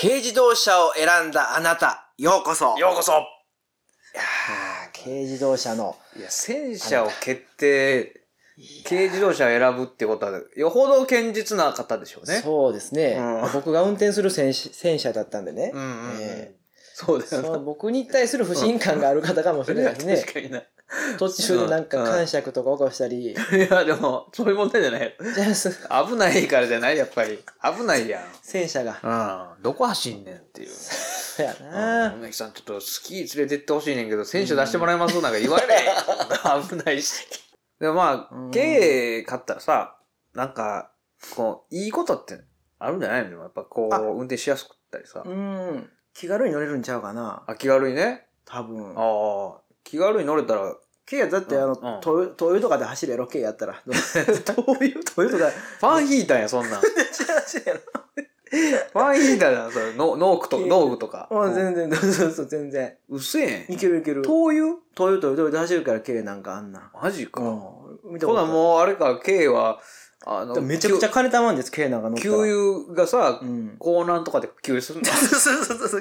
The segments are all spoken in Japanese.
軽自動車を選んだあなた、ようこそ。 ようこそ。 いや軽自動車の。 いや、戦車を決定、軽自動車を選ぶってことは、よほど堅実な方でしょうね。 そうですね。僕が運転する戦車だったんでね。 そうだよね。 僕に対する不信感がある方かもしれないですね。 確かにな。 途中でなんか感触とか起こしたり。 いや、でも、そういう問題じゃない。危ないからじゃない、やっぱり。危ないやん。 戦車が。 どこ走んねんっていう。 そうやな。 梅木さん、ちょっとスキー連れてってほしいねんけど、戦車出してもらえますなんか言われない。危ないし。でもまあ、軽買ったらさ、なんか、こう、いいことってあるんじゃないの？やっぱこう、運転しやすくったりさ。 気軽に乗れるんちゃうかな。 気軽にね。 多分。 気軽に乗れたら、 軽やだって灯油とかで走るやろ、軽やったら。灯油とか。 ファンヒーターや、そんなん。ファンヒーターだ、それ。農具とか。 全然、そう、全然。 うせえん。 いける。灯油で走るから軽なんかあんな。 マジか。ほなもう、あれか、軽は、 めちゃくちゃ金たまんです、軽なんか乗ったら。 給油がさ、港南とかで給油するの。そう。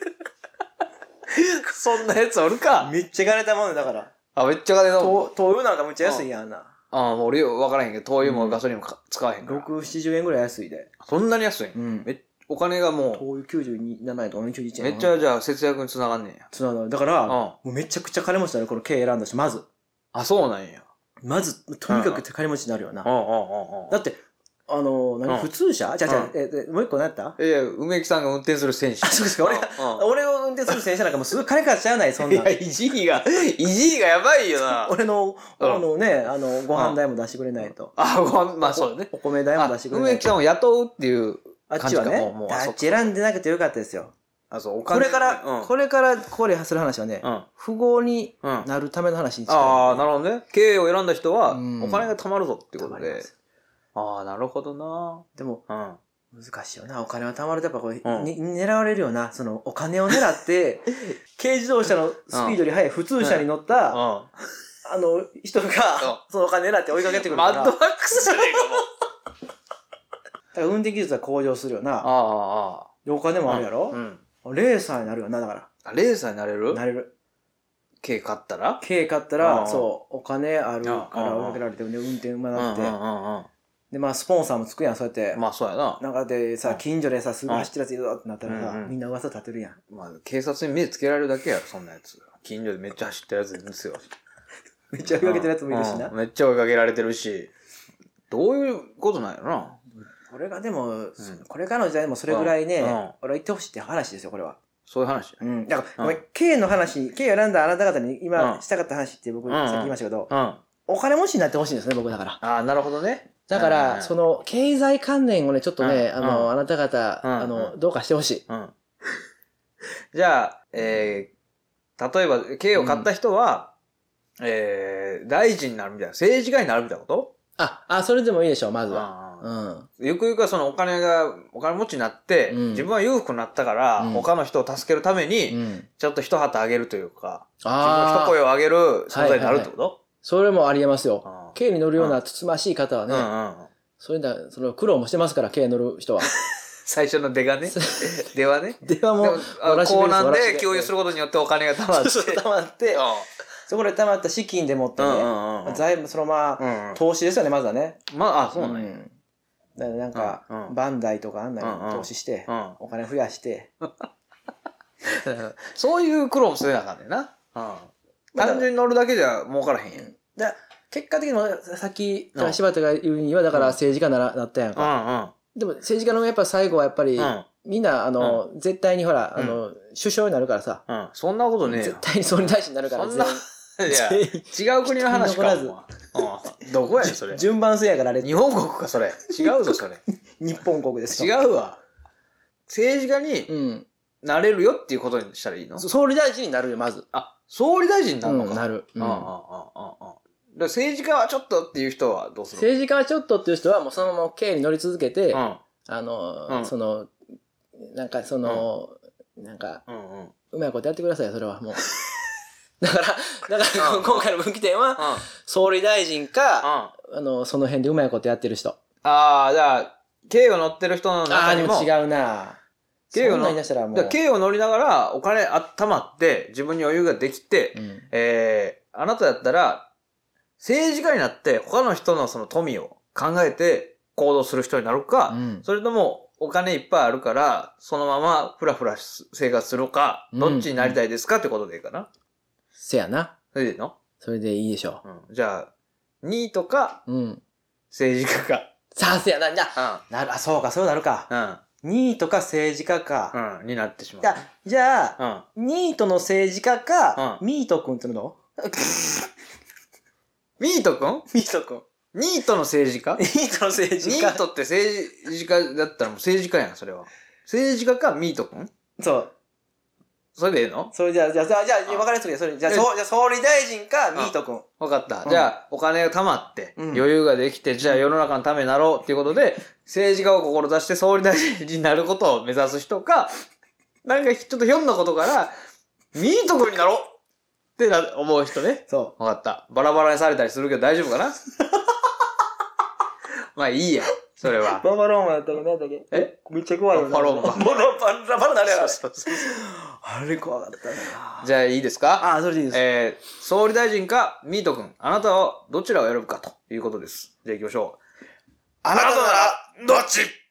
そんなやつおるか。 めっちゃ金たまんねだから。 めっちゃ金たまん。 灯油なんかめっちゃ安いやんな。 もう俺分からへんけど、灯油もガソリンも使わへんから。 6、70円ぐらい安いで。 そんなに安い？お金がもう。 灯油97円とか91円。 めっちゃじゃあ節約につながんねんや。 つながる。だから、もうめちゃくちゃ金持ちだね、この軽選んだし、まず。 そうなんや。 まず、とにかく金持ちになるよな。だって、普通車もう一個何やった？ 梅木さんが運転する戦車。 そうですか、俺を運転する戦車なんかもうすごい金かかっちゃわない、そんな。 いじりがやばいよな。 俺の、ご飯代も出してくれないと。 まあそうね。 お米代も出してくれないと。 梅木さんを雇うっていうあっちはね。あっち選んでなくてよかったですよ。これからここでする話はね、富豪になるための話に近い。 なるほどね。経営を選んだ人は、お金が貯まるぞってことで。なるほどな。 でも、難しいよな。お金が貯まるとやっぱこれ、狙われるよな。その、お金を狙って、軽自動車のスピードより速い普通車に乗った、人が、そのお金狙って追いかけてくるから。 マッドマックスじゃねえか、もう。 だから運転技術は向上するよな。お金もあるやろ？レーサーになるよな、だから。 レーサーになれる？ なれる。 軽買ったら、 そう、お金あるから追いかけられて、運転うまなって。で、まあ、スポンサーもつくやん、そうやって。 まあ、そうやな。 なんかでさ、近所でさ、すぐ走ってるやついるぞってなったらさ、みんな噂立てるやん。 まあ、警察に目つけられるだけやろ、そんなやつ。近所でめっちゃ走ってるやついるんですよ。 めっちゃ追いかけてるやつもいるしな。 めっちゃ追いかけられてるし。どういうことなんやろな。 これがでも、これからの時代でもそれぐらいね、俺は言ってほしいって話ですよ、これは。 そういう話。 だから、K の話、K を選んだあなた方に今したかった話って僕さっき言いましたけど、お金持ちになってほしいんですね、僕だから。 なるほどね。 だから、その、経済関連をね、ちょっとね、あなた方、どうかしてほしい。 じゃあ、例えば、K を買った人は、大臣になるみたいな、政治家になるみたいなこと？ それでもいいでしょう、まずは。 ゆくゆくはそのお金持ちになって、自分は裕福になったから、他の人を助けるために、ちょっと一旗あげるというか、自分の一声をあげる存在になるってこと？ それもありえますよ。軽に乗るようなつつましい方はね、その苦労もしてますから、軽に乗る人は。 最初の出がね。出はね。 出はもう、 高難で給油することによってお金が貯まって。 そこで貯まった資金でもってね、財務、投資ですよね、まずはね。 そうなんや。 なんか、バンダイとかあんなに投資して、お金増やして。 そういう苦労もせなあかんねんな。単純に乗るだけじゃ儲からへんやん。 結果的にも、さっきから柴田が言うには、だから政治家なったやんか。でも政治家のやっぱ最後はやっぱり、みんな、絶対にほら、首相になるからさ。 そんなことねえよ。 絶対に総理大臣になるから、 違う国の話か。どこやねん、それ。 順番制やからあれ。 日本国か、それ。違うぞ、それ。 日本国です違うわ。政治家になれるよっていうことにしたらいいの？ 総理大臣になるよ、まず。 総理大臣になるのか。 なる。 政治家はちょっとっていう人はどうする？ 政治家はちょっとっていう人はもうそのまま経に乗り続けて、うまいことやってくださいよ、それはもう。だから今回の分岐点は、総理大臣か、その辺でうまいことやってる人。 じゃあ、軽を乗ってる人の中にも。 でも違うな。 経そんなん言い出したらもう。 経を乗りながらお金貯まって自分に余裕ができて、あなただったら政治家になって他の人のその富を考えて行動する人になるか、それともお金いっぱいあるからそのままフラフラ生活するか、どっちになりたいですかってことでいいかな。 せやな。 それでいいの？ それでいいでしょう。じゃあ、ニートか、政治家か。 さあ、せやな。じゃあ、そうか、そうなるか。ニートか政治家か。 になってしまう。 じゃあ、ニートの政治家か、ミート君ってのミート君？ ミート君。 ニートの政治家？ ニートの政治家。 ニートって政治家だったらもう政治家やん、それは。政治家かミート君？ そう。 それでいいの？ それじゃあ、分かりやすいそれ。じゃあ、総理大臣か、ミート君。 分かった。じゃあ、お金が貯まって、余裕ができて、じゃあ世の中のためになろうっていうことで、政治家を志して総理大臣になることを目指す人か、なんかちょっとひょんなことから、ミート君になろうって思う人ね。 そう。 分かった。バラバラにされたりするけど大丈夫かな？まあいいや。それは。 ババローマやったら何だっけ？めっちゃ怖いよな。 バローマ。 バラ誰やろ？あれ怖かったな。 じゃあいいですか？ それでいいです。総理大臣かミート君、あなたはどちらを選ぶかということです。じゃあ行きましょう。あなたならどっち？